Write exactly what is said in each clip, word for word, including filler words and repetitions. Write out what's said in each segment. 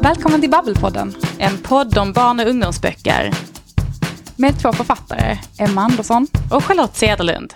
Välkommen till Babbelpodden, en podd om barn- och ungdomsböcker. Med två författare, Emma Andersson och Charlotte Cederlund.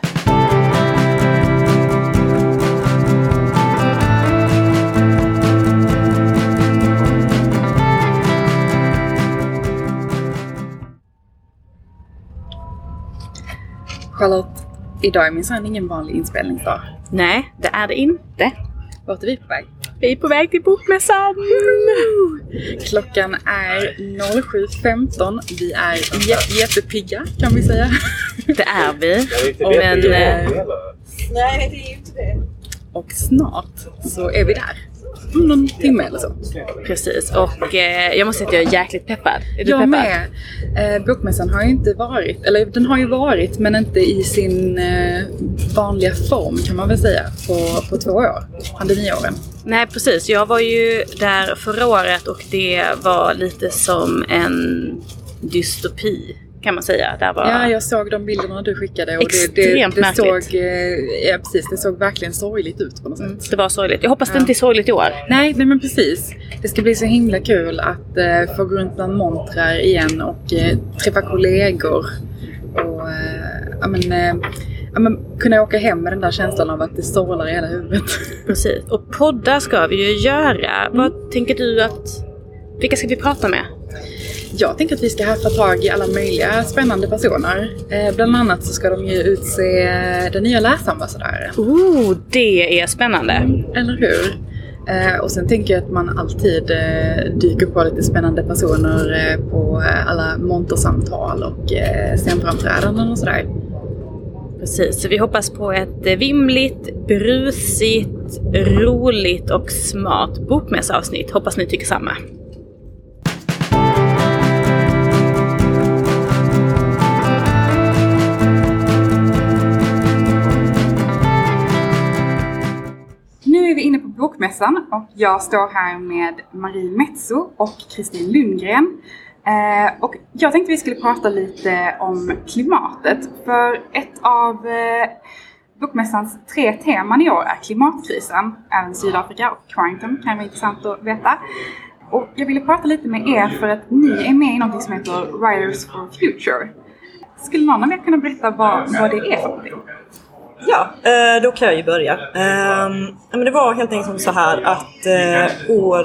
Charlotte, idag är minsann ingen vanlig inspelningsdag. Nej, det är det inte. Vart är vi på väg? Vi är på väg till Bokmässan. Klockan är sju femton. Vi är jätte, jättepigga kan vi säga. Det är vi. Och, men, eh, nej, det är ju inte det. Och snart så är vi där. Om någon timme eller så. Precis, och eh, jag måste säga att jag är jäkligt peppad. Är du jag peppad? med. Eh, Bokmässan har ju inte varit, eller den har ju varit men inte i sin eh, vanliga form kan man väl säga på, på två år, pandemiåren. Nej, precis. Jag var ju där förra året och det var lite som en dystopi kan man säga. Där var Ja, jag såg de bilderna du skickade och extremt det, det, det märkligt. såg, ja, precis, det såg verkligen sorgligt ut på något sätt. Mm, det var sorgligt. Jag hoppas Ja. det inte är sorgligt i år. Nej, nej men precis. Det ska bli så himla kul att eh, få gå runt bland montrar igen och eh, träffa kollegor och eh, ja, men, eh, ja, men, kunna åka hem med den där känslan av att det strålar i hela huvudet. Precis. Och poddar ska vi ju göra. Mm. Vad tänker du att... Vilka ska vi prata med? Jag tänker att vi ska haffa tag i alla möjliga spännande personer. Eh, bland annat så ska de ju utse den nya läsambassadören. Oh, det är spännande. Mm, eller hur? Eh, och sen tänker jag att man alltid eh, dyker på lite spännande personer eh, på alla montersamtal och eh, scenframträdanden och sådär. Precis, så vi hoppas på ett vimligt, brusigt, roligt och smart bokmässavsnitt. Hoppas ni tycker samma. Nu är vi inne på Bokmässan och jag står här med Marie Metso och Kristin Lundgren. Eh, och jag tänkte vi skulle prata lite om klimatet. För ett av eh, Bokmässans tre teman i år är klimatkrisen. Även Sydafrika och Quarantine kan vara intressant att veta. Och jag ville prata lite med er för att ni är med i något som heter Writers for Future. Skulle någon av er kunna berätta vad, vad det är för någonting? Ja, då kan jag ju börja. Men det var helt enkelt så här att år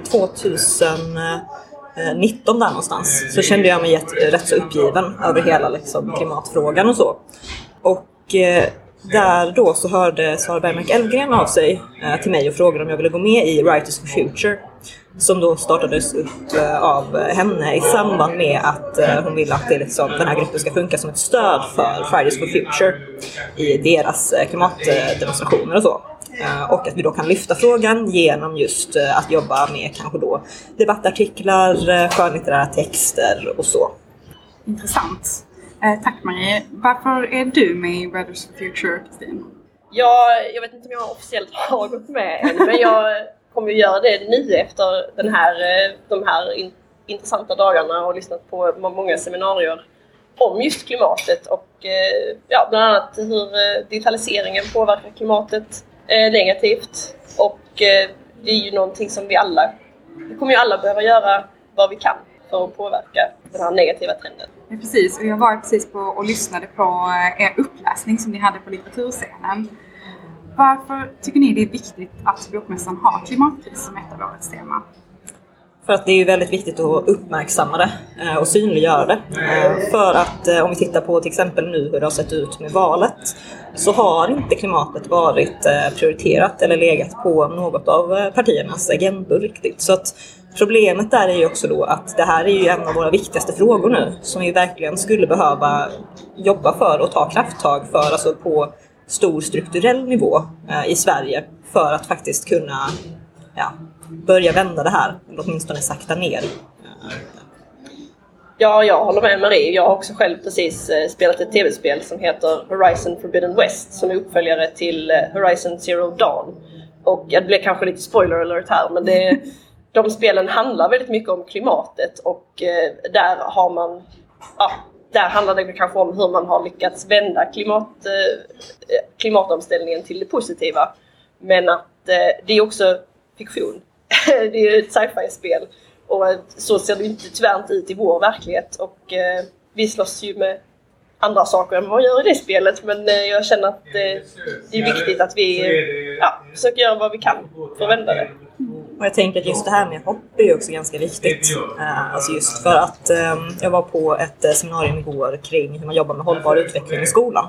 tjugonitton där någonstans så kände jag mig rätt så uppgiven över hela liksom, klimatfrågan och så. Och där då så hörde Sara Bergmark Elfgren av sig till mig och frågade om jag ville gå med i Writers for Future. Som då startades upp av henne i samband med att hon ville att det liksom, den här gruppen ska funka som ett stöd för Fridays for Future i deras klimatdemonstrationer och så. Och att vi då kan lyfta frågan genom just att jobba med kanske då debattartiklar, skönlitterära texter och så. Intressant. Eh, tack Marie. Varför är du med i Writers for Future, Kristin? Ja, jag vet inte om jag officiellt har gått med än, men jag kommer ju göra det nu efter den här, de här in, intressanta dagarna och lyssnat på många seminarier om just klimatet och ja, bland annat hur digitaliseringen påverkar klimatet eh, negativt. Och eh, det är ju någonting som vi alla, vi kommer ju alla behöva göra vad vi kan för att påverka den här negativa trenden. Ja, precis. Och jag var precis på och lyssnade på er uppläsning som ni hade på litteraturscenen. Varför tycker ni det är viktigt att Bokmässan har klimatkris som ett av årets tema? För att det är ju väldigt viktigt att uppmärksamma det och synliggöra det. För att om vi tittar på till exempel nu hur det har sett ut med valet så har inte klimatet varit prioriterat eller legat på något av partiernas agendor riktigt. Så att problemet där är ju också då att det här är ju en av våra viktigaste frågor nu som vi verkligen skulle behöva jobba för och ta krafttag för, alltså på stor strukturell nivå eh, i Sverige för att faktiskt kunna ja, börja vända det här, eller åtminstone sakta ner. Ja, jag håller med Marie. Jag har också själv precis eh, spelat ett tv-spel som heter Horizon Forbidden West som är uppföljare till eh, Horizon Zero Dawn. Och det blir kanske lite spoiler alert här, men det, de spelen handlar väldigt mycket om klimatet och eh, där har man... Ja, där handlar det kanske om hur man har lyckats vända klimat, eh, klimatomställningen till det positiva. Men att eh, det är också fiktion. Det är ett sci-fi-spel. Och så ser det inte tyvärr inte ut i vår verklighet. Och eh, vi slåss ju med andra saker än vad man gör i det spelet. Men eh, jag känner att eh, det är viktigt att vi ja, försöker göra vad vi kan för att vända det. Och jag tänker att just det här med hopp är ju också ganska viktigt. Uh, alltså just för att um, jag var på ett uh, seminarium igår kring hur man jobbar med hållbar utveckling i skolan.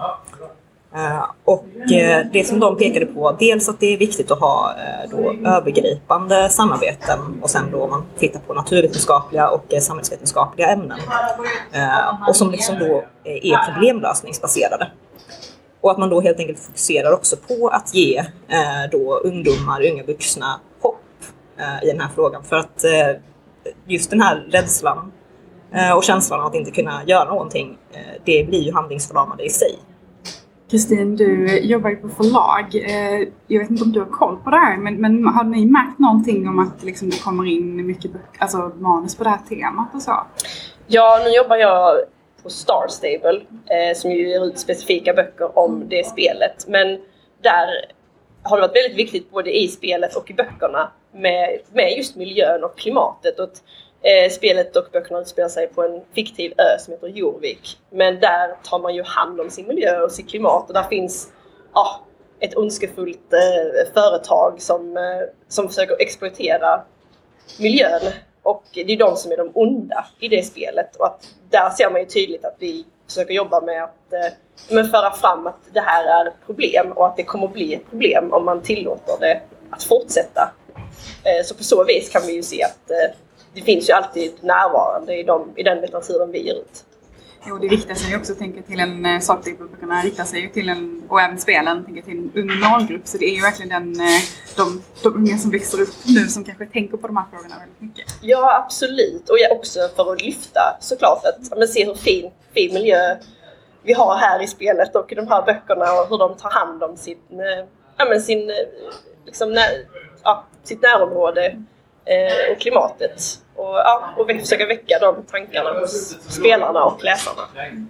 Uh, och uh, det som de pekade på, dels att det är viktigt att ha uh, då, övergripande samarbeten och sen då man tittar på naturvetenskapliga och uh, samhällsvetenskapliga ämnen. Uh, och som liksom då är problemlösningsbaserade. Och att man då helt enkelt fokuserar också på att ge uh, då ungdomar, unga vuxna hopp uh, i den här frågan. För att uh, just den här rädslan uh, och känslan av att inte kunna göra någonting, uh, det blir ju handlingsförlamande i sig. Kristin, du jobbar ju på förlag. Jag vet inte om du har koll på det här, men, men har ni märkt någonting om att liksom det kommer in mycket alltså manus på det här temat och så? Ja, nu jobbar jag på Star Stable eh, som ju ger ut specifika böcker om det spelet. Men där har det varit väldigt viktigt både i spelet och i böckerna med, med just miljön och klimatet. Och Eh, spelet och böckerna utspelar sig på en fiktiv ö som heter Jorvik. Men där tar man ju hand om sin miljö och sitt klimat. Och där finns ah, ett önskefullt eh, företag som, eh, som försöker exploatera miljön. Och det är de som är de onda i det spelet. Och att där ser man ju tydligt att vi försöker jobba med att eh, men föra fram att det här är ett problem. Och att det kommer att bli ett problem om man tillåter det att fortsätta. Eh, så på så vis kan vi ju se att eh, det finns ju alltid närvarande i, de, i den litteraturen vi ger ut. Jo, det riktar sig också tänker till en saktypböckerna riktar sig till en, och även spelen tänker till en ung målgrupp. Så det är ju verkligen den, de, de unga som växer upp nu som kanske tänker på de här frågorna väldigt mycket. Ja, absolut. Och jag också för att lyfta såklart att men se hur fin, fin miljö vi har här i spelet och i de här böckerna och hur de tar hand om sin, ja, men sin, liksom, när, ja, sitt närområde och klimatet och, ja, och försöka väcka de tankarna hos spelarna och läsarna.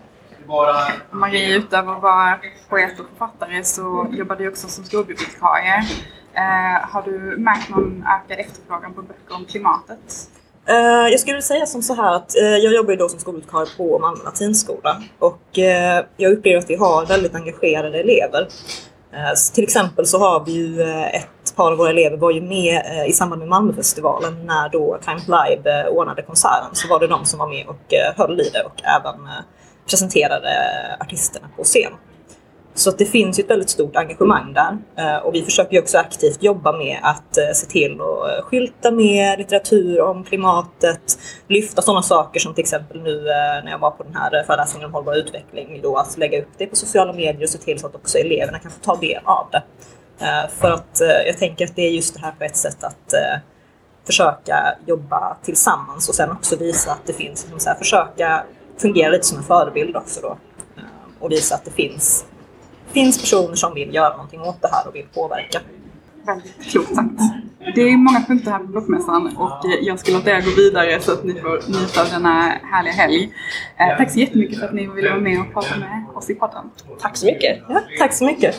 Marie, utöver att vara poet och författare så jobbar du också som skolbibliotekarie. Eh, har du märkt någon ökad efterfrågan på böcker om klimatet? Uh, jag skulle säga som så här att uh, jag jobbar ju då som skolbibliotekarie på Malmö latinskola och uh, jag upplever att vi har väldigt engagerade elever. Uh, till exempel så har vi ju uh, ett par av våra elever var ju med uh, i samband med Malmöfestivalen när då Time Live uh, ordnade konserten, så var det de som var med och uh, höll i det och även uh, presenterade uh, artisterna på scen. Så att det finns ju ett väldigt stort engagemang där uh, och vi försöker ju också aktivt jobba med att uh, se till att uh, skylta med litteratur om klimatet, lyfta sådana saker som till exempel nu uh, när jag var på den här föreläsningen om hållbar utveckling, då att lägga upp det på sociala medier och se till så att också eleverna kan få ta del av det. Uh, för att uh, jag tänker att det är just det här på ett sätt att uh, försöka jobba tillsammans och sen också visa att det finns, liksom så här, försöka fungera lite som en förebild också då uh, och visa att det finns finns personer som vill göra någonting åt det här och vill påverka. Väldigt klokt sagt. Det är många punkter här på Bokmässan och jag skulle låta er gå vidare så att ni får njuta av denna härliga helg. Eh, tack så jättemycket för att ni ville vara med och prata med oss i podden. Tack så mycket. Ja, tack så mycket.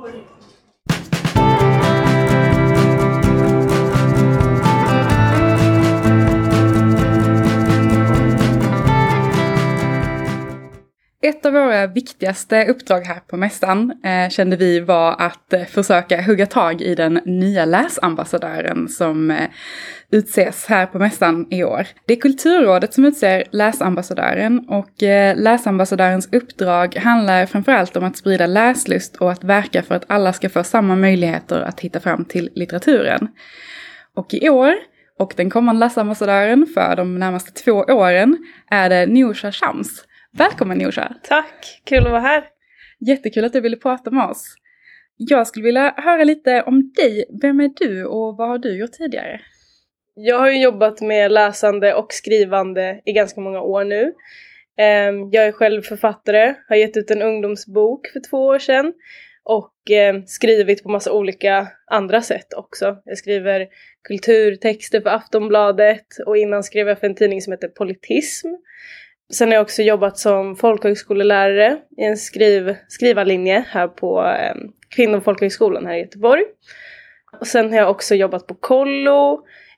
Ett av våra viktigaste uppdrag här på mässan eh, kände vi var att eh, försöka hugga tag i den nya läsambassadören som eh, utses här på mässan i år. Det är Kulturrådet som utser läsambassadören och eh, läsambassadörens uppdrag handlar framförallt om att sprida läslust och att verka för att alla ska få samma möjligheter att hitta fram till litteraturen. Och i år, och den kommande läsambassadören för de närmaste två åren, är det Nousha Shams. Välkommen Nousha. Tack, kul att vara här. Jättekul att du ville prata med oss. Jag skulle vilja höra lite om dig. Vem är du och vad har du gjort tidigare? Jag har ju jobbat med läsande och skrivande i ganska många år nu. Jag är själv författare, har gett ut en ungdomsbok för två år sedan. Och skrivit på massa olika andra sätt också. Jag skriver kulturtexter för Aftonbladet och innan skrev jag för en tidning som heter Politism. Sen har jag också jobbat som folkhögskolelärare i en skriv, skrivarlinje här på eh, Kvinnor- och folkhögskolan här i Göteborg. Och sen har jag också jobbat på kollo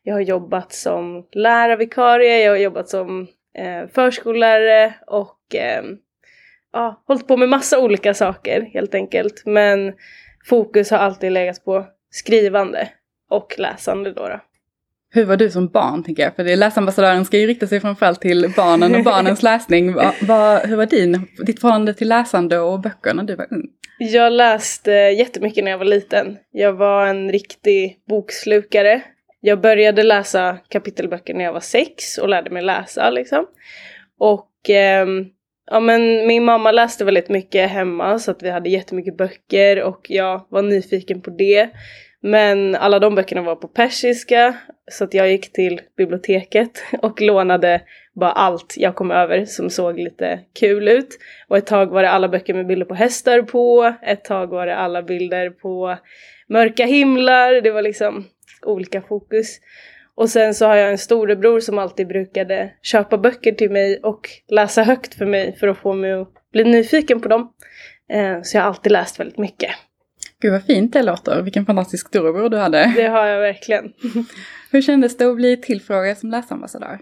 Jag har jobbat som lärarvikarie, jag har jobbat som eh, förskollärare och eh, ja, hållit på med massa olika saker helt enkelt. Men fokus har alltid legat på skrivande och läsande då. då. Hur var du som barn, tänker jag? För det, läsambassadören ska ju rikta sig framförallt till barnen och barnens läsning. Va, va, hur var din, ditt förhållande till läsande och böcker när du var ung? Jag läste jättemycket när jag var liten. Jag var en riktig bokslukare. Jag började läsa kapitelböcker när jag var sex och lärde mig läsa liksom. Och eh, ja, men min mamma läste väldigt mycket hemma så att vi hade jättemycket böcker och jag var nyfiken på det. Men alla de böckerna var på persiska så att jag gick till biblioteket och lånade bara allt jag kom över som såg lite kul ut. Och ett tag var det alla böcker med bilder på hästar på, ett tag var det alla bilder på mörka himlar, det var liksom olika fokus. Och sen så har jag en storebror som alltid brukade köpa böcker till mig och läsa högt för mig för att få mig att bli nyfiken på dem. Så jag har alltid läst väldigt mycket. Gud vad fint det låter. Vilken fantastisk storebror du hade. Det har jag verkligen. Hur kändes det att bli tillfrågad som läsambassadör?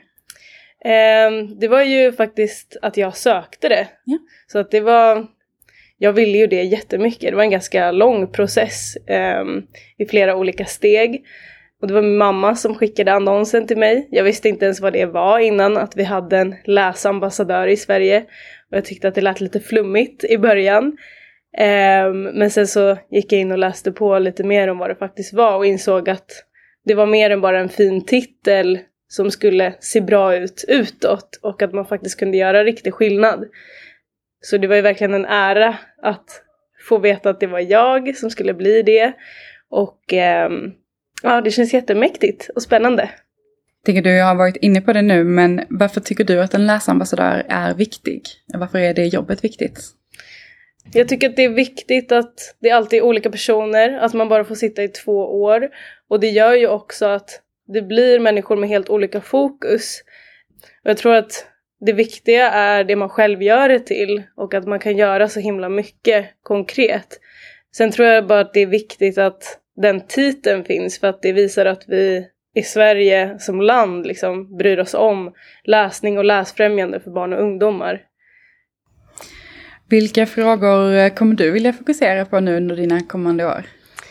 Um, det var ju faktiskt att jag sökte det. Ja. Så att det var... Jag ville ju det jättemycket. Det var en ganska lång process um, i flera olika steg. Och det var min mamma som skickade annonsen till mig. Jag visste inte ens vad det var innan att vi hade en läsambassadör i Sverige. Och jag tyckte att det lät lite flummigt i början. Um, men sen så gick jag in och läste på lite mer om vad det faktiskt var och insåg att det var mer än bara en fin titel som skulle se bra ut utåt och att man faktiskt kunde göra riktig skillnad. Så det var ju verkligen en ära att få veta att det var jag som skulle bli det och um, ja, det känns jättemäktigt och spännande. Tänker du, jag har varit inne på det nu, men varför tycker du att en läsambassadör är viktig? Varför är det jobbet viktigt? Jag tycker att det är viktigt att det alltid är olika personer, att man bara får sitta i två år. Och det gör ju också att det blir människor med helt olika fokus. Och jag tror att det viktiga är det man själv gör det till och att man kan göra så himla mycket konkret. Sen tror jag bara att det är viktigt att den titeln finns för att det visar att vi i Sverige som land liksom bryr oss om läsning och läsfrämjande för barn och ungdomar. Vilka frågor kommer du vilja fokusera på nu under dina kommande år?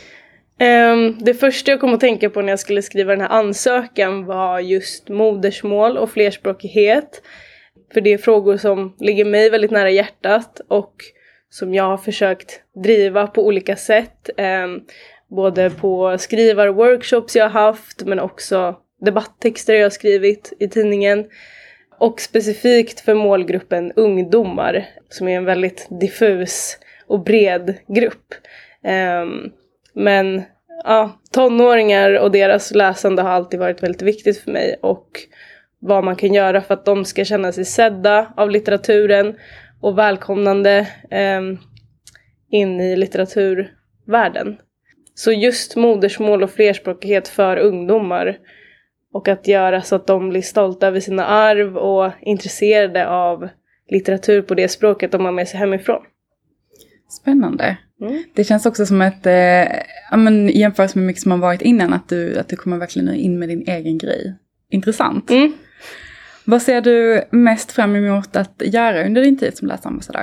Um, det första jag kom att tänka på när jag skulle skriva den här ansökan var just modersmål och flerspråkighet. För det är frågor som ligger mig väldigt nära hjärtat och som jag har försökt driva på olika sätt. Um, både på skrivarworkshops jag har haft men också debatttexter jag har skrivit i tidningen. Och specifikt för målgruppen ungdomar som är en väldigt diffus och bred grupp. Um, men ja, tonåringar och deras läsande har alltid varit väldigt viktigt för mig. Och vad man kan göra för att de ska känna sig sedda av litteraturen och välkomnande um, in i litteraturvärlden. Så just modersmål och flerspråkighet för ungdomar. Och att göra så att de blir stolta över sina arv och intresserade av litteratur på det språket de har med sig hemifrån. Spännande. Mm. Det känns också som ett, eh, ja, men jämfört med mycket som har varit innan, att du, att du kommer verkligen in med din egen grej. Intressant. Mm. Vad ser du mest fram emot att göra under din tid som läsambassadör?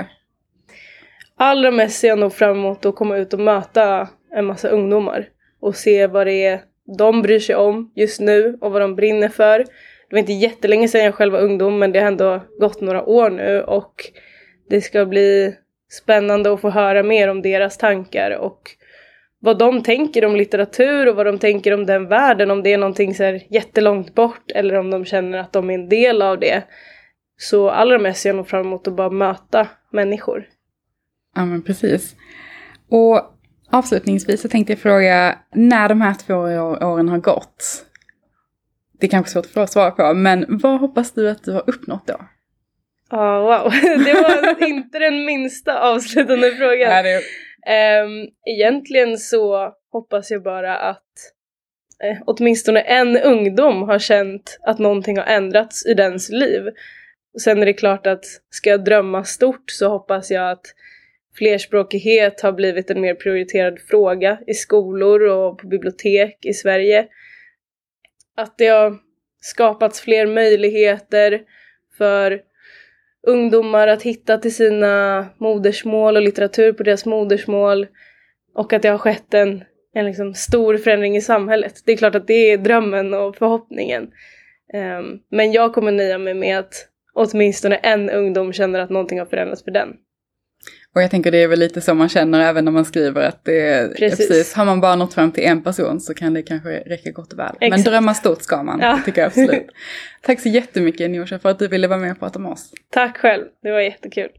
Allra mest ser jag nog fram emot att komma ut och möta en massa ungdomar. Och se vad det är de bryr sig om just nu och vad de brinner för. Det var inte jättelänge sedan jag själv var ungdom, men det har ändå gått några år nu. Och det ska bli spännande att få höra mer om deras tankar och vad de tänker om litteratur och vad de tänker om den världen. Om det är någonting så här jättelångt bort eller om de känner att de är en del av det. Så allra mest ser jag nog fram emot att bara möta människor. Ja, men precis. Och avslutningsvis så tänkte jag fråga, när de här två åren har gått, det är kanske svårt för att svara på, men vad hoppas du att du har uppnått då? Ja, oh, wow. Det var inte den minsta avslutande frågan. Nej, det... Um, egentligen så hoppas jag bara att eh, åtminstone en ungdom har känt att någonting har ändrats i dens liv. Sen är det klart att ska jag drömma stort så hoppas jag att flerspråkighet har blivit en mer prioriterad fråga i skolor och på bibliotek i Sverige. att det har skapats fler möjligheter för ungdomar att hitta till sina modersmål och litteratur på deras modersmål. Och att det har skett en, en liksom stor förändring i samhället. Det är klart att det är drömmen och förhoppningen. Um, men jag kommer nöja mig med att åtminstone en ungdom känner att någonting har förändrats för den. Och jag tänker det är väl lite så man känner även när man skriver att det är precis. precis har man bara nått fram till en person så kan det kanske räcka gott och väl. Exakt. Men drömma stort ska man, ja. Tycker jag absolut. Tack så jättemycket Njosa för att du ville vara med och prata med oss. Tack själv, det var jättekul.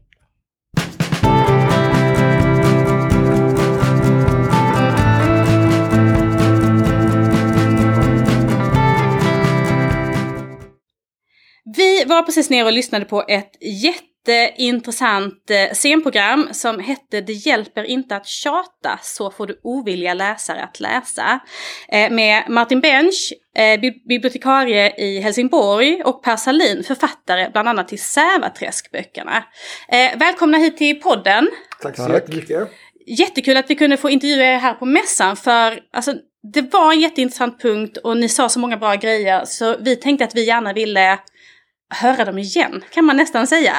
Vi var precis nere och lyssnade på ett jätteintressant scenprogram som hette Det hjälper inte att tjata, så får du ovilliga läsare att läsa. Med Martin Bench, bibliotekarie i Helsingborg, och Per Salin, författare bland annat till Sävaträskböckerna. Välkomna hit till podden. Tack så jättemycket. Jättekul att vi kunde få intervjua er här på mässan, för alltså, det var en jätteintressant punkt och ni sa så många bra grejer så vi tänkte att vi gärna ville höra dem igen, kan man nästan säga.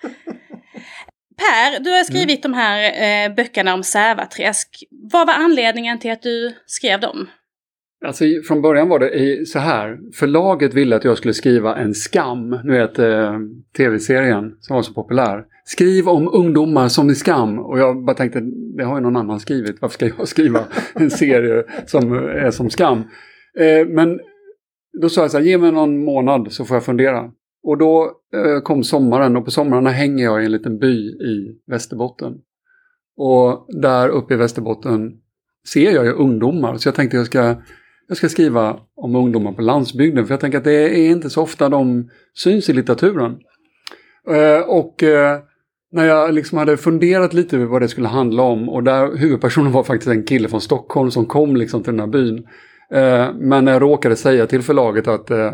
Per, du har skrivit mm. de här eh, böckerna om Sävaträsk. Vad var anledningen till att du skrev dem? Alltså från början var det så här. Förlaget ville att jag skulle skriva en skam. Nu vet eh, tv-serien som var så populär. Skriv om ungdomar som är skam. Och jag bara tänkte, det har ju någon annan skrivit. Varför ska jag skriva en serie som är som skam? Eh, men då sa jag så här, ge mig någon månad så får jag fundera. Och då eh, kom sommaren, och på somrarna hänger jag i en liten by i Västerbotten. Och där uppe i Västerbotten ser jag ju ungdomar. Så jag tänkte jag ska, jag ska skriva om ungdomar på landsbygden. För jag tänker att det är inte så ofta de syns i litteraturen. Eh, och eh, när jag liksom hade funderat lite över vad det skulle handla om. Och där huvudpersonen var faktiskt en kille från Stockholm som kom liksom till den här byn. Eh, men jag råkade säga till förlaget att eh,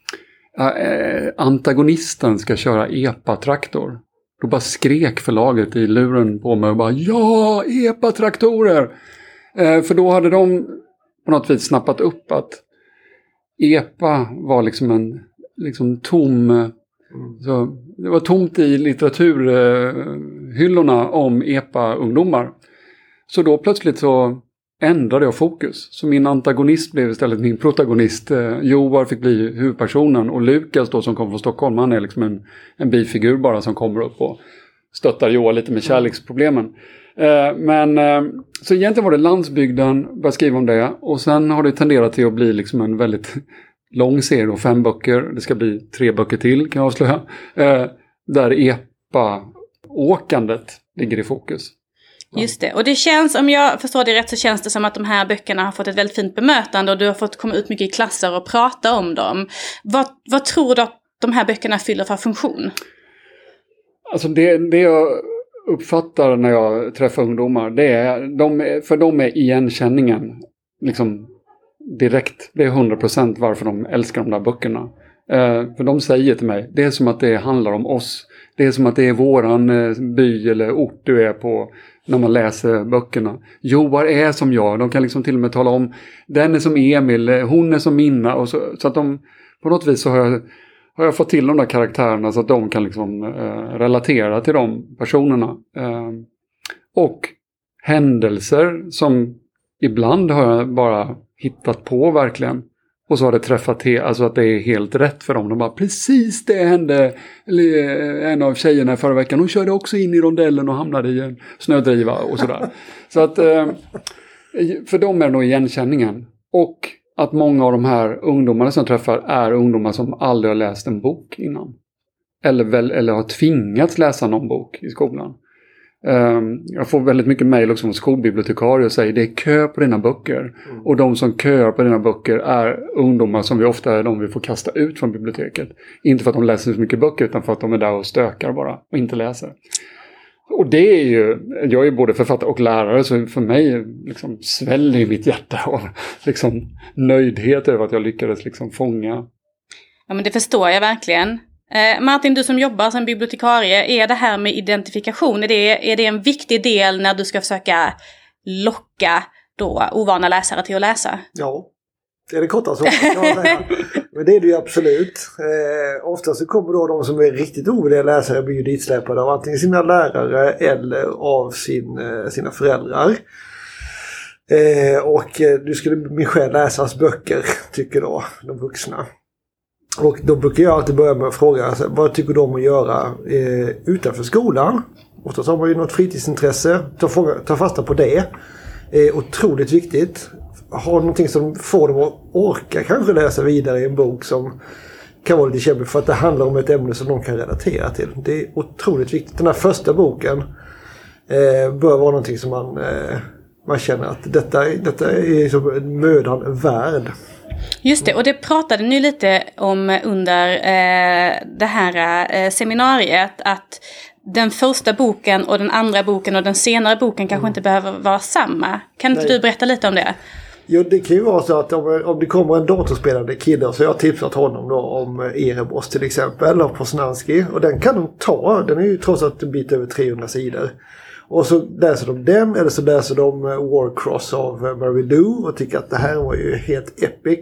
eh, antagonisten ska köra epa-traktor. Då bara skrek förlaget i luren på mig och bara ja, epa-traktorer! Eh, för då hade de på något vis snappat upp att epa var liksom en liksom tom... Mm. Så det var tomt i litteraturhyllorna om epa-ungdomar. Så då plötsligt så ändrade jag fokus. Så min antagonist blev istället min protagonist. Joar fick bli huvudpersonen. Och Lukas då som kom från Stockholm, han är liksom en, en bifigur bara som kommer upp och stöttar Joar lite med kärleksproblemen. Eh, men eh, så egentligen var det landsbygden, började skriva om det. Och sen har det tenderat till att bli liksom en väldigt lång serie och fem böcker. Det ska bli tre böcker till kan jag avslöja. Eh, där epa-åkandet ligger i fokus. Just det, och det känns, om jag förstår det rätt så känns det som att de här böckerna har fått ett väldigt fint bemötande och du har fått komma ut mycket i klasser och prata om dem. Vad, vad tror du att de här böckerna fyller för funktion? Alltså det, det jag uppfattar när jag träffar ungdomar, det är, de, för dem är igenkänningen liksom direkt. Det är hundra procent varför de älskar de där böckerna. Eh, för de säger till mig, det är som att det handlar om oss. Det är som att det är våran eh, by eller ort du är på när man läser böckerna. Joar är som jag. De kan liksom till och med tala om, den är som Emil, hon är som Minna. Och så, så att de, på något vis så har jag, har jag fått till de där karaktärerna så att de kan liksom eh, relatera till de personerna. Eh, och händelser som ibland har jag bara hittat på verkligen. Och så har det träffat till, alltså att det är helt rätt för dem. De bara, precis det hände. En av tjejerna förra veckan, hon körde också in i rondellen och hamnade i en snödriva och sådär. Så att för dem är det nog igenkänningen. Och att många av de här ungdomarna som träffar är ungdomar som aldrig har läst en bok innan. Eller, väl, eller har tvingats läsa någon bok i skolan. Um, jag får väldigt mycket mejl också från skolbibliotekarier och säger det är kö på dina böcker. Mm. Och de som köar på dina böcker är ungdomar som vi ofta är de vi får kasta ut från biblioteket. Inte för att de läser så mycket böcker utan för att de är där och stökar bara och inte läser. Och det är ju, jag är både författare och lärare så för mig liksom sväller mitt hjärta av liksom nöjdhet över att jag lyckades liksom fånga. Ja men det förstår jag verkligen. Eh, Martin, du som jobbar som bibliotekarie, är det här med identifikation, är det, är det en viktig del när du ska försöka locka då ovana läsare till att läsa? Ja, Det är det korta svaret, kan man säga. Men det är det ju absolut. Eh, ofta så kommer då de som är riktigt ovilliga läsare blir ju ditsläpade av antingen sina lärare eller av sin, eh, sina föräldrar. Eh, och eh, du skulle min själv läsas böcker, tycker då de vuxna. Och då brukar jag alltid börja med att fråga, alltså, vad tycker de att göra eh, utanför skolan? Oftast har man ju något fritidsintresse. Ta, fråga, ta fasta på det. Eh, otroligt viktigt. Ha någonting som får dem att orka kanske läsa vidare i en bok som kan vara lite kämpig för att det handlar om ett ämne som de kan relatera till. Det är otroligt viktigt. Den här första boken eh, bör vara någonting som man, eh, man känner att detta, detta är som mödan värd. Just det, och det pratade ni lite om under eh, det här eh, seminariet, att den första boken och den andra boken och den senare boken kanske mm. inte behöver vara samma. Kan inte Nej. du berätta lite om det? Jo, det kan ju vara så att om, om det kommer en datorspelande kille så jag har tipsat honom då om Erebos till exempel, av Posnanski, och den kan de ta, den är ju trots allt en bit över trehundra sidor. Och så läser de den, eller så läser de Warcross av Mary Lou och tycker att det här var ju helt epic.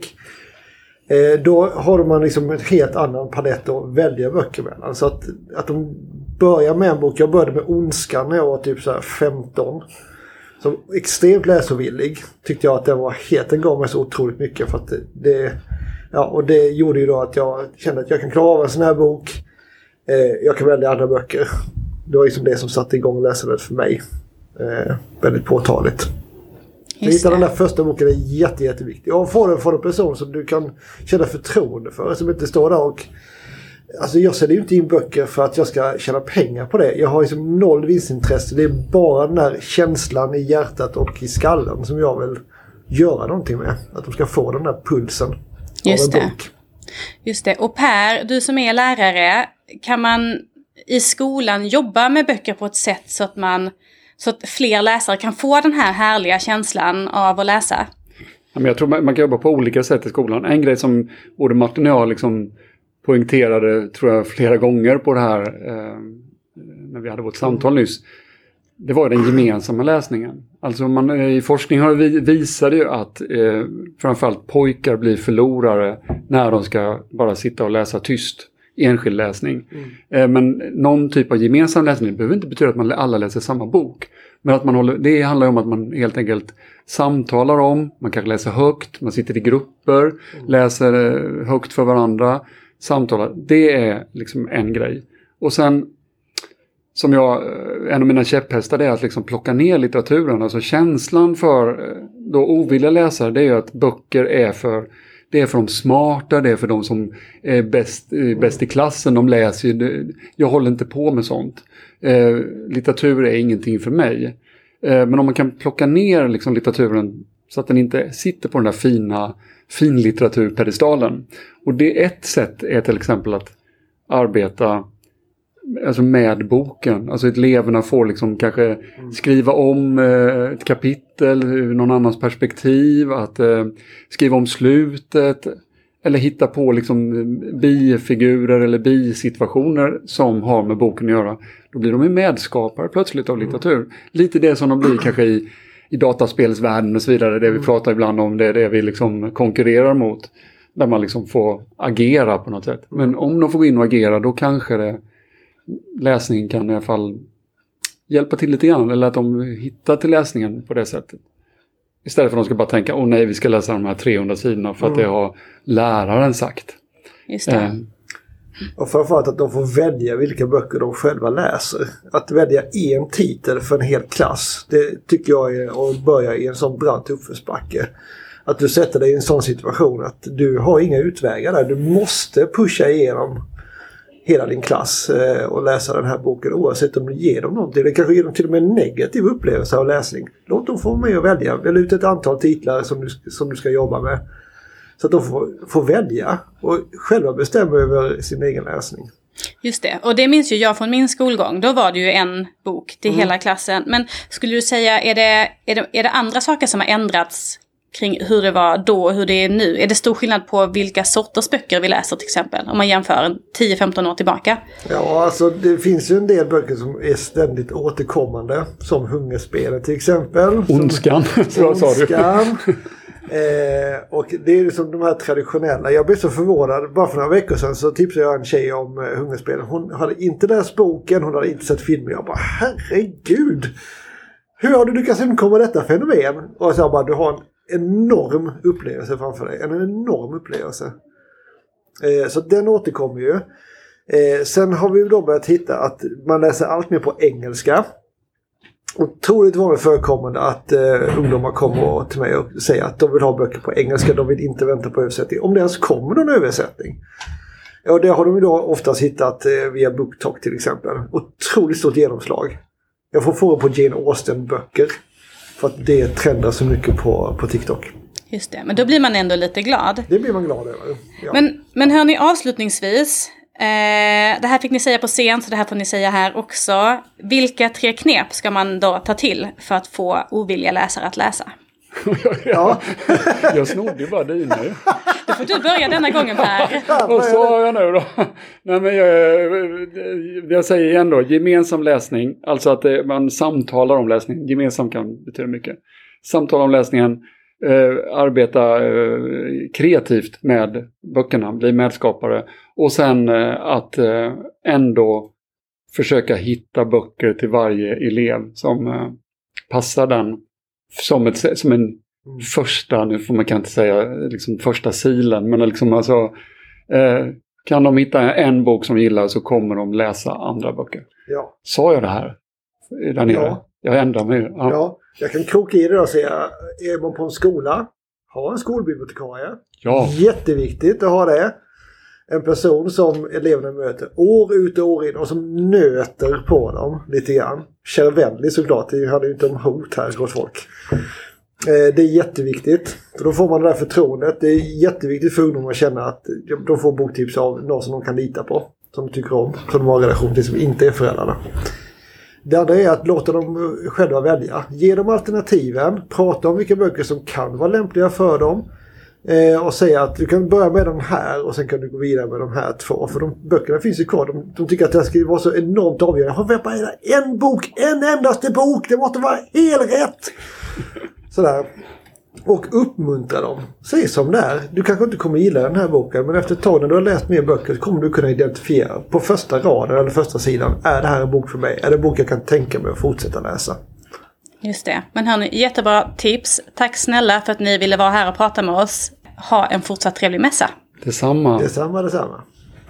Eh, då har man liksom en helt annan palett att välja böcker mellan. Så att, att de börjar med en bok, jag började med Ondskan när jag var typ så här femton. Som extremt läsovillig tyckte jag att den var helt, den gav mig så otroligt mycket för att det, det ja, och det gjorde ju då att jag kände att jag kan klara av en sån här bok. Eh, jag kan välja andra böcker. Det var liksom det som satte igång läsandet för mig. Eh, väldigt påtagligt. Så hitta den där första boken är jätte, jätteviktig. Och få den från en person som du kan känna förtroende för. Som inte står där och... Alltså jag säljer ju inte in böcker för att jag ska tjäna pengar på det. Jag har liksom noll vinstintresse. Det är bara den där känslan i hjärtat och i skallen som jag vill göra någonting med. Att de ska få den där pulsen Just av en det. bok. Just det. Och Per, du som är lärare, kan man i skolan jobba med böcker på ett sätt så att man så att fler läsare kan få den här härliga känslan av att läsa? Ja, men jag tror man, man kan jobba på olika sätt i skolan. En grej som både Martin och jag liksom poängterade, tror jag, flera gånger på det här eh, när vi hade vårt samtal nyss, det var den gemensamma läsningen. Alltså man, i forskning har vi, visade ju att eh, framförallt pojkar blir förlorare när de ska bara sitta och läsa tyst. Enskild läsning. Mm. Eh, men någon typ av gemensam läsning behöver inte betyda att man alla läser samma bok. Men att man håller, det handlar om att man helt enkelt samtalar om, man kanske läser högt, man sitter i grupper, mm. läser högt för varandra, samtalar. Det är liksom en grej. Och sen, som jag, en av mina käpphästar är att liksom plocka ner litteraturen. Alltså känslan för då ovilliga läsare, det är ju att böcker är för Det är för de smarta, det är för de som är bäst, bäst i klassen. De läser ju, jag håller inte på med sånt. Eh, litteratur är ingenting för mig. Eh, men om man kan plocka ner liksom litteraturen så att den inte sitter på den där fina finlitteraturpedestalen. Och det ett sätt är till exempel att arbeta alltså med boken. Alltså att eleverna får liksom kanske skriva om eh, ett kapitel ur någon annans perspektiv. Att eh, skriva om slutet. Eller hitta på liksom bifigurer eller bisituationer som har med boken att göra. Då blir de ju medskapare plötsligt av litteratur. Lite det som de blir kanske i, i dataspelsvärlden och så vidare. Det vi pratar ibland om, det är det vi liksom konkurrerar mot. Där man liksom får agera på något sätt. Men om de får gå in och agera, då kanske det läsningen kan i alla fall hjälpa till lite grann, eller att de hittar till läsningen på det sättet. Istället för att de ska bara tänka, åh nej, vi ska läsa de här trehundra sidorna för att mm. det har läraren sagt. Just det. Eh. Och framförallt att de får välja vilka böcker de själva läser. Att välja en titel för en hel klass, det tycker jag är att börja i en sån brant uppförsbacke. Att du sätter dig i en sån situation att du har inga utvägar där. Du måste pusha igenom hela din klass eh, och läsa den här boken oavsett om du ger dem någonting. Det kanske ger dem till och med en negativ upplevelse av läsning. Låt dem få med att välja. Välj ut ett antal titlar som du, som du ska jobba med. Så att de får, får välja och själva bestämma över sin egen läsning. Just det. Och det minns ju jag från min skolgång. Då var det ju en bok till mm. hela klassen. Men skulle du säga, är det, är, det, är det andra saker som har ändrats kring hur det var då och hur det är nu? Är det stor skillnad på vilka sorters böcker vi läser till exempel? Om man jämför tio femton år tillbaka. Ja, alltså det finns ju en del böcker som är ständigt återkommande. Som Hungerspelet till exempel. Ondskan. Som, Ondskan. Eh, och det är liksom de här traditionella. Jag blev så förvånad. Bara för några veckor sedan så tipsade jag en tjej om eh, Hungerspelen. Hon hade inte läst boken, hon hade inte sett filmen. Jag bara, herregud! Hur har du lyckats undkomma detta fenomen? Och så bara, du har en enorm upplevelse framför dig. En enorm upplevelse. Eh, så den återkommer ju. Eh, sen har vi då börjat hitta att man läser allt mer på engelska. Otroligt vanligt förekommande att eh, ungdomar kommer till mig och säger att de vill ha böcker på engelska. De vill inte vänta på översättning. Om det ens kommer någon översättning. Ja, det har de ju då oftast hittat eh, via BookTok till exempel. Otroligt stort genomslag. Jag får fråga på Jane Austen-böcker. För att det trendar så mycket på, på TikTok. Just det, men då blir man ändå lite glad. Det blir man glad över. Ja. Men, men hör ni avslutningsvis, eh, det här fick ni säga på scen så det här får ni säga här också. Vilka tre knep ska man då ta till för att få ovilliga läsare att läsa? Ja. Jag snodde ju bara dina ju. Då får du börja denna gången Per. Och så har jag nu då. Nej, men jag, jag säger igen då, gemensam läsning. Alltså att det, man samtalar om läsning. Gemensam kan betyda mycket. Samtala om läsningen. Eh, arbeta eh, kreativt med böckerna. Bli medskapare. Och sen eh, att eh, ändå försöka hitta böcker till varje elev som eh, passar den. Som, ett, som en första, nu får man kan inte säga liksom första silen, men liksom alltså, eh, kan de hitta en bok som gillar så kommer de läsa andra böcker. Ja. Sa jag det här där nere? Ja. Jag ändrar mig. Ja. Ja, jag kan koka i det och säga, är man på en skola, ha en skolbibliotekarie. Ja. Jätteviktigt att ha det. En person som eleverna möter år ut och år in och som nöter på dem lite grann. Kärvänlig såklart, det handlar ju inte om hot här hos folk. Eh, det är jätteviktigt. För då får man det där förtroendet. Det är jätteviktigt för ungdomar att känna att de får boktips av någon som de kan lita på. Som de tycker om. Som de har en relation till, som inte är föräldrarna. Det andra är att låta dem själva välja. Ge dem alternativen. Prata om vilka böcker som kan vara lämpliga för dem. Eh, och säga att du kan börja med den här och sen kan du gå vidare med de här två. För de böckerna finns ju kvar. De, de tycker att det ska vara så enormt avgörande. Jag har bara en bok, en endaste bok. Det måste vara helt rätt. Sådär. Och uppmuntra dem. Säg som det är. Du kanske inte kommer gilla den här boken, men efter ett tag när du har läst mer böcker så kommer du kunna identifiera på första raden eller första sidan. Är det här en bok för mig? Är det en bok jag kan tänka mig att fortsätta läsa? Just det. Men hörni, jättebra tips. Tack snälla för att ni ville vara här och prata med oss. Ha en fortsatt trevlig mässa. Detsamma. Detsamma, detsamma.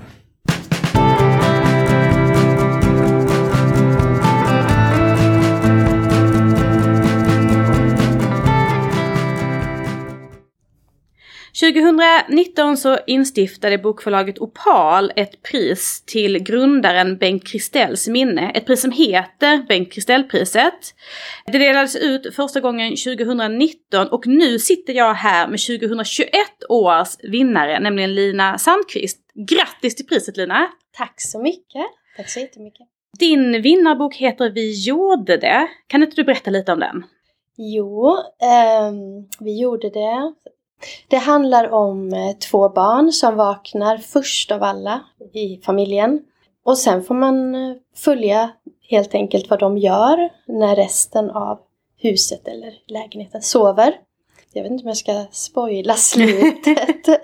tjugonitton så instiftade bokförlaget Opal ett pris till grundaren Bengt Kristells minne. Ett pris som heter Bengt Kristell-priset. Det delades ut första gången tjugonitton och nu sitter jag här med tjugohundratjugoett års vinnare, nämligen Lina Sandqvist. Grattis till priset, Lina! Tack så mycket! Tack så jättemycket! Din vinnarbok heter Vi gjorde det. Kan inte du berätta lite om den? Jo, eh, vi gjorde det. Det handlar om två barn som vaknar först av alla i familjen. Och sen får man följa helt enkelt vad de gör när resten av huset eller lägenheten sover. Jag vet inte om jag ska spoila slutet.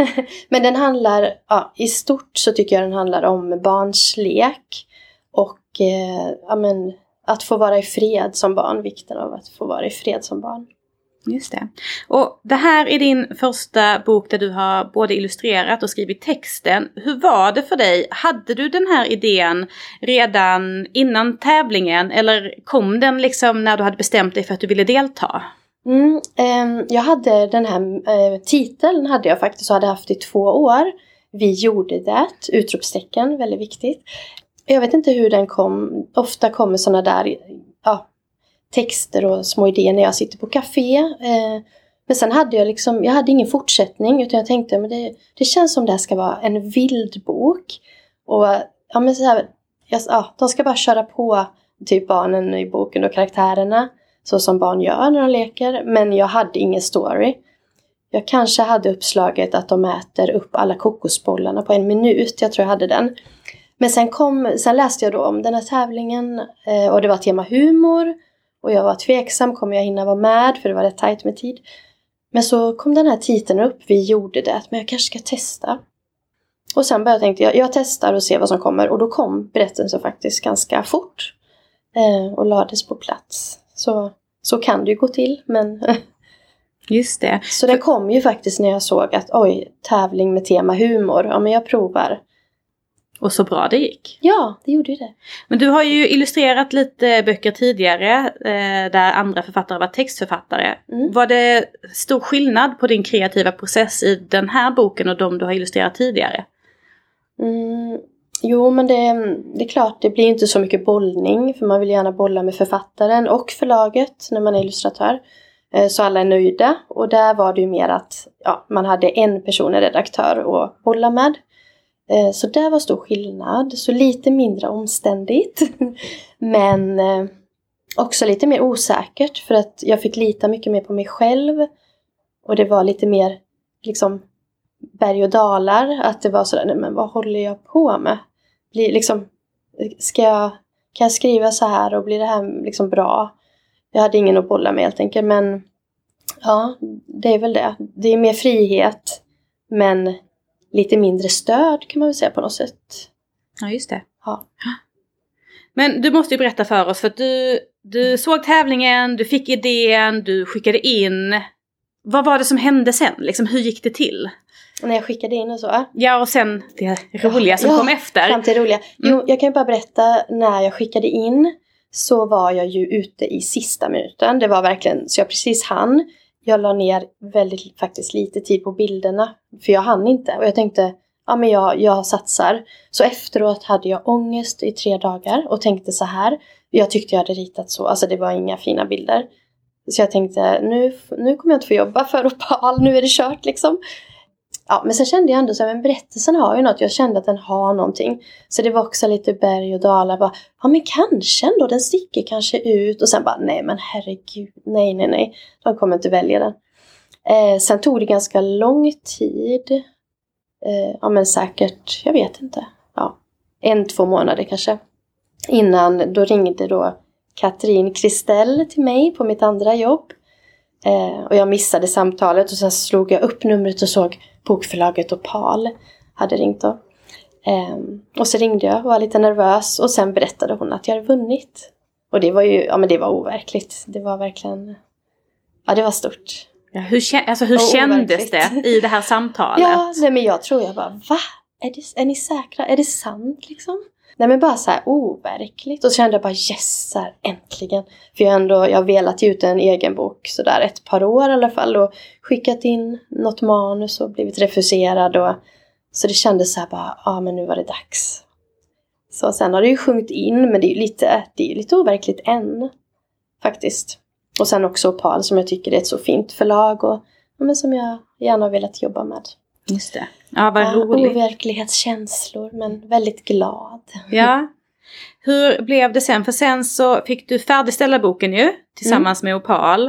Men den handlar, ja, i stort så tycker jag den handlar om barns lek. Och eh, ja, men, att få vara i fred som barn. Vikten av att få vara i fred som barn. Just det. Och det här är din första bok där du har både illustrerat och skrivit texten. Hur var det för dig? Hade du den här idén redan innan tävlingen? Eller kom den liksom när du hade bestämt dig för att du ville delta? Mm, eh, jag hade den här eh, titeln hade jag faktiskt och hade haft i två år. Vi gjorde det. Utropstecken, väldigt viktigt. Jag vet inte hur den kom. Ofta kommer sådana där... Ja, texter och små idéer när jag sitter på café. Eh, men sen hade jag liksom, jag hade ingen fortsättning utan jag tänkte, men det, det känns som det här ska vara en vild bok. Och ja, men så här, jag, ja, de ska bara köra på typ barnen i boken och karaktärerna så som barn gör när de leker. Men jag hade ingen story. Jag kanske hade uppslaget att de äter upp alla kokosbollarna på en minut. Jag tror jag hade den. Men sen, kom, sen läste jag då om den här tävlingen eh, och det var tema humor. Och jag var tveksam, kommer jag hinna vara med? För det var rätt tajt med tid. Men så kom den här titeln upp, vi gjorde det, men jag kanske ska testa. Och sen började jag tänkte, jag, jag testar och ser vad som kommer. Och då kom berättelsen faktiskt ganska fort. Eh, och lades på plats. Så, så kan det ju gå till, men... Just det. Så det kom ju faktiskt när jag såg att, oj, tävling med tema humor. Ja, men jag provar. Och så bra det gick. Ja, det gjorde ju det. Men du har ju illustrerat lite böcker tidigare eh, där andra författare var textförfattare. Mm. Var det stor skillnad på din kreativa process i den här boken och de du har illustrerat tidigare? Mm, jo, men det, det är klart, det blir inte så mycket bollning. För man vill gärna bolla med författaren och förlaget när man är illustratör. Eh, så alla är nöjda. Och där var det ju mer att ja, man hade en person, en redaktör, att bolla med. Så det var stor skillnad. Så lite mindre omständigt. Men också lite mer osäkert. För att jag fick lita mycket mer på mig själv. Och det var lite mer liksom berg och dalar. Att det var sådär, nej men vad håller jag på med? Blir liksom, ska jag, kan jag skriva så här och blir det här liksom bra? Jag hade ingen att bolla med helt enkelt. Men ja, det är väl det. Det är mer frihet. Men... lite mindre stöd kan man väl säga på något sätt. Ja, just det. Ja. Men du måste ju berätta för oss. För att du, du såg tävlingen, du fick idén, du skickade in. Vad var det som hände sen? Liksom, hur gick det till? När jag skickade in och så? Ja, och sen det roliga som ja, kom efter. Fram till det roliga. Jo, mm. jag kan ju bara berätta. När jag skickade in så var jag ju ute i sista minuten. Det var verkligen så jag precis hann. Jag la ner väldigt faktiskt lite tid på bilderna. För jag hann inte. Och jag tänkte, ja men jag, jag satsar. Så efteråt hade jag ångest i tre dagar. Och tänkte så här. Jag tyckte jag hade ritat så. Alltså det var inga fina bilder. Så jag tänkte, nu, nu kommer jag inte få jobba för Opal. Nu är det kört liksom. Ja, men sen kände jag ändå så här, men berättelsen har ju något. Jag kände att den har någonting. Så det var också lite berg och dalar. Bara, ja men kanske ändå, den sticker kanske ut. Och sen bara, nej men herregud, nej nej nej. De kommer inte välja den. Eh, sen tog det ganska lång tid. Eh, ja men säkert, jag vet inte. Ja, en, två månader kanske. Innan, då ringde då Katrin Kristell till mig på mitt andra jobb. Eh, och jag missade samtalet och sen slog jag upp numret och såg bokförlaget Opal hade ringt då. Eh, och så ringde jag och var lite nervös och sen berättade hon att jag hade vunnit. Och det var ju, ja men det var overkligt. Det var verkligen, ja det var stort. Ja, hur alltså, hur kändes det i det här samtalet? Ja, nej, men jag tror jag bara, va? Är, det, är ni säkra? Är det sant liksom? Nej men bara så här overkligt. Och så kände jag bara yes, här, äntligen. För jag, ändå, jag har velat ge ut en egen bok så där ett par år i alla fall. Och skickat in något manus och blivit refuserad. Och, så det kändes så här bara, ja ah, men nu var det dags. Så sen har det ju sjungit in, men det är ju lite, det är lite overkligt än. Faktiskt. Och sen också Opal som jag tycker är ett så fint förlag. Och ja, men som jag gärna har velat jobba med. Just det. Ja, vad ja, roligt. Overklighetskänslor, men väldigt glad. Ja. Hur blev det sen? För sen så fick du färdigställa boken ju, tillsammans mm. med Opal.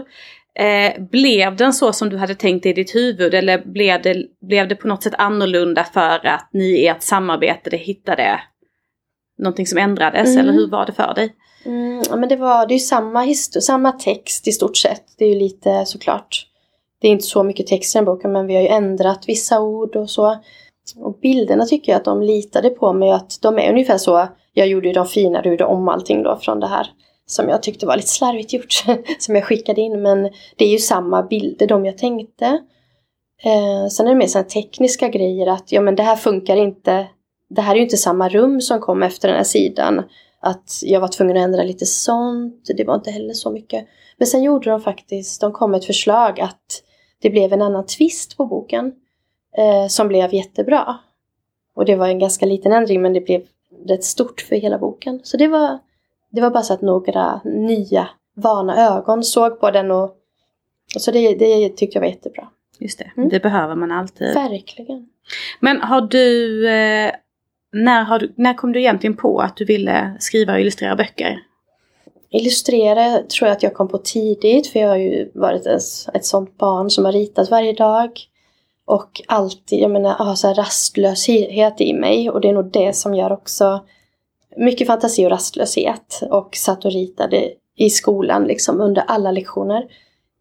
Eh, blev den så som du hade tänkt i ditt huvud? Eller blev det, blev det på något sätt annorlunda för att ni i ert samarbete hittade någonting som ändrades? Mm. Eller hur var det för dig? Mm, ja, men det var det är ju samma, histor- samma text i stort sett. Det är ju lite såklart. Det är inte så mycket text i den boken, men vi har ju ändrat vissa ord och så. Och bilderna tycker jag att de litade på mig. Att de är ungefär så. Jag gjorde ju de fina, gjorde om allting då från det här. Som jag tyckte var lite slarvigt gjort. Som jag skickade in. Men det är ju samma bilder, de jag tänkte. Eh, sen är det mer sådana tekniska grejer. Att ja men det här funkar inte. Det här är ju inte samma rum som kom efter den här sidan. Att jag var tvungen att ändra lite sånt. Det var inte heller så mycket. Men sen gjorde de faktiskt, de kom med ett förslag att det blev en annan twist på boken. Eh, som blev jättebra. Och det var en ganska liten ändring, men det blev rätt stort för hela boken. Så det var, det var bara så att några nya vana ögon såg på den. Och, och så det, det tyckte jag var jättebra. Just det, mm. det behöver man alltid. Verkligen. Men har du, eh, när, har du, när kom du egentligen på att du ville skriva och illustrera böcker? Illustrera tror jag att jag kom på tidigt. För jag har ju varit ett, ett sånt barn som har ritat varje dag. Och alltid, jag menar, har så här rastlöshet i mig. Och det är nog det som gör också mycket fantasi och rastlöshet. Och satt och ritade i skolan liksom under alla lektioner.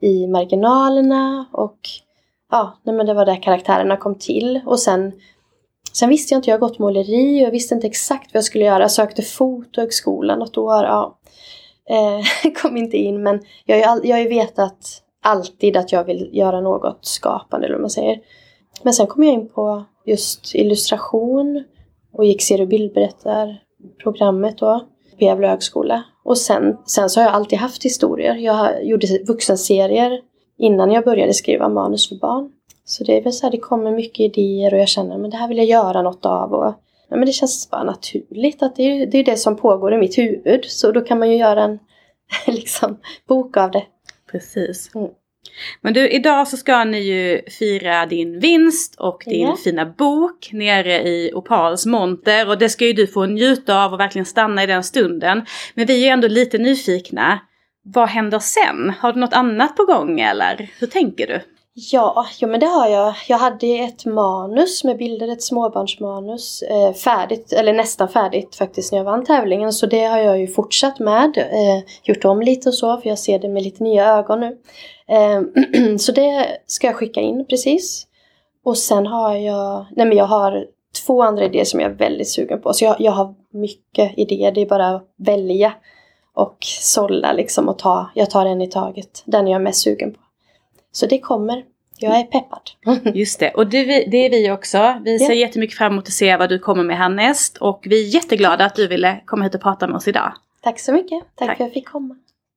i marginalerna och ja, nej, men det var där karaktärerna kom till. Och sen, sen visste jag inte, jag har gått måleri och jag visste inte exakt vad jag skulle göra. Jag sökte fotohögskolan något år, ja. Eh, kom inte in, men jag har ju all, jag har ju vetat alltid att jag vill göra något skapande, eller vad man säger. Men sen kom jag in på just illustration och gick serie- och bildberättarprogrammet då på Gävle högskola. Och sen, sen så har jag alltid haft historier. Jag gjorde vuxenserier innan jag började skriva manus för barn. Så det är väl så här, det kommer mycket idéer och jag känner men det här vill jag göra något av. Och, ja, men det känns bara naturligt att det är, det är det som pågår i mitt huvud. Så då kan man ju göra en liksom, bok av det. Precis. Mm. Men du, idag så ska ni ju fira din vinst och din Ja. fina bok nere i Opals monter. Och det ska ju du få njuta av och verkligen stanna i den stunden. Men vi är ju ändå lite nyfikna. Vad händer sen? Har du något annat på gång eller? Hur tänker du? Ja, ja, men det har jag. Jag hade ett manus med bilder, ett småbarnsmanus, eh, färdigt, eller nästan färdigt faktiskt när jag vann tävlingen. Så det har jag ju fortsatt med, eh, gjort om lite och så, för jag ser det med lite nya ögon nu. Eh, så det ska jag skicka in precis. Och sen har jag, nej men jag har två andra idéer som jag är väldigt sugen på. Så jag, jag har mycket idéer, det är bara att välja och sålla liksom och ta, jag tar en i taget, den jag är mest sugen på. Så det kommer. Jag är peppad. Just det. Och det, det är vi också. Vi ser Ja. jättemycket fram emot att se vad du kommer med härnäst. Och vi är jätteglada att du ville komma hit och prata med oss idag. Tack så mycket. Tack, Tack. för att jag fick komma.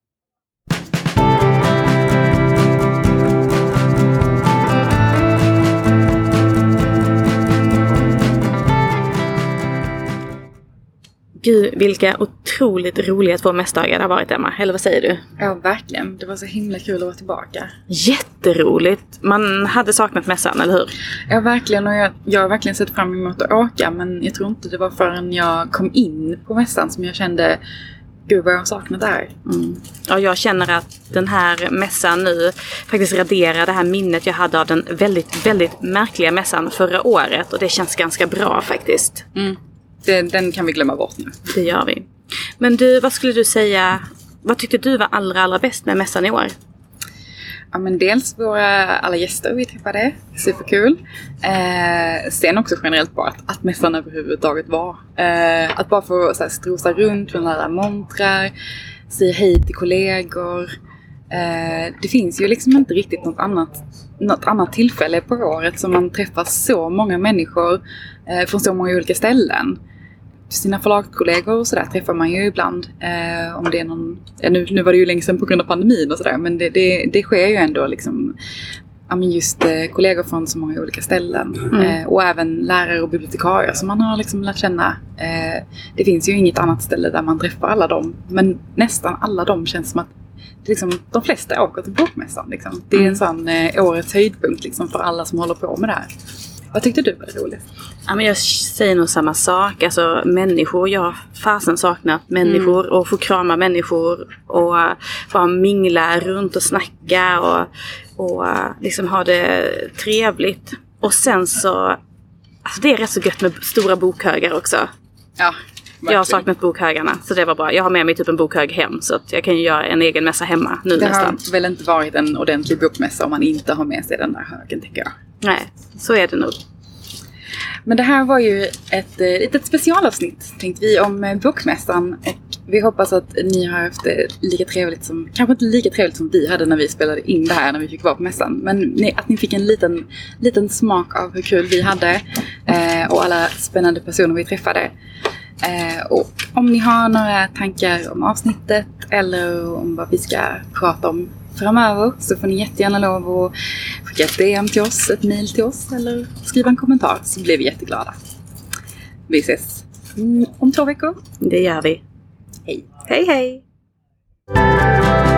Gud, vilka otroligt roliga två mässdagar det har varit, Emma. Eller vad säger du? Ja, verkligen. Det var så himla kul att vara tillbaka. Jätteroligt. Man hade saknat mässan, eller hur? Ja, verkligen. Och jag, jag har verkligen sett fram emot att åka. Men jag tror inte det var förrän jag kom in på mässan som jag kände, gud vad jag har saknat det här. Mm. Ja, jag känner att den här mässan nu faktiskt raderar det här minnet jag hade av den väldigt, väldigt märkliga mässan förra året. Och det känns ganska bra faktiskt. Mm. Det, den kan vi glömma bort nu. Det gör vi. Men du, vad skulle du säga, vad tyckte du var allra, allra bäst med mässan i år? Ja, men dels våra alla gäster vi träffade, superkul. Eh, sen också generellt bara att, att mässan överhuvudtaget var. Eh, att bara få så här, strosa runt från alla montrar, säga hej till kollegor. Eh, det finns ju liksom inte riktigt något annat, något annat tillfälle på året som man träffar så många människor eh, från så många olika ställen. Sina förlagskollegor och sådär träffar man ju ibland eh, om det är någon, ja, nu, nu var det ju länge sedan på grund av pandemin och sådär, men det, det, det sker ju ändå liksom, ja, men just eh, kollegor från så många olika ställen Mm. eh, och även lärare och bibliotekarier som man har liksom lärt känna. Eh, det finns ju inget annat ställe där man träffar alla dem, men nästan alla dem känns som att liksom, de flesta åker till bokmässan liksom. Det är en Mm. sån eh, årets höjdpunkt liksom, för alla som håller på med det här. Vad tyckte du var roligt? Ja, men jag säger nog samma sak. Alltså människor, jag har fasen saknat människor och få krama människor och uh, bara mingla runt och snacka och, och uh, liksom ha det trevligt. Och sen så, alltså det är rätt så gött med stora bokhögar också. Ja, Jag har saknat bokhögarna, så det var bra. Jag har med mig typ en bokhög hem, så att jag kan ju göra en egen mässa hemma nu det nästan. har väl inte varit en ordentlig bokmässa om man inte har med sig den där högen, tycker jag. Nej, så är det nog. Men det här var ju ett eh, litet specialavsnitt, tänkte vi, om eh, bokmässan. Och vi hoppas att ni har haft det lika trevligt som, kanske inte lika trevligt som vi hade när vi spelade in det här när vi fick vara på mässan. Men ni, att ni fick en liten, liten smak av hur kul vi hade eh, och alla spännande personer vi träffade. Eh, och om ni har några tankar om avsnittet eller om vad vi ska prata om framöver, så får ni jättegärna lov att skicka ett D M till oss, ett mail till oss eller skriva en kommentar, så blir vi jätteglada. Vi ses om två veckor. Det gör vi. Hej! Hej hej!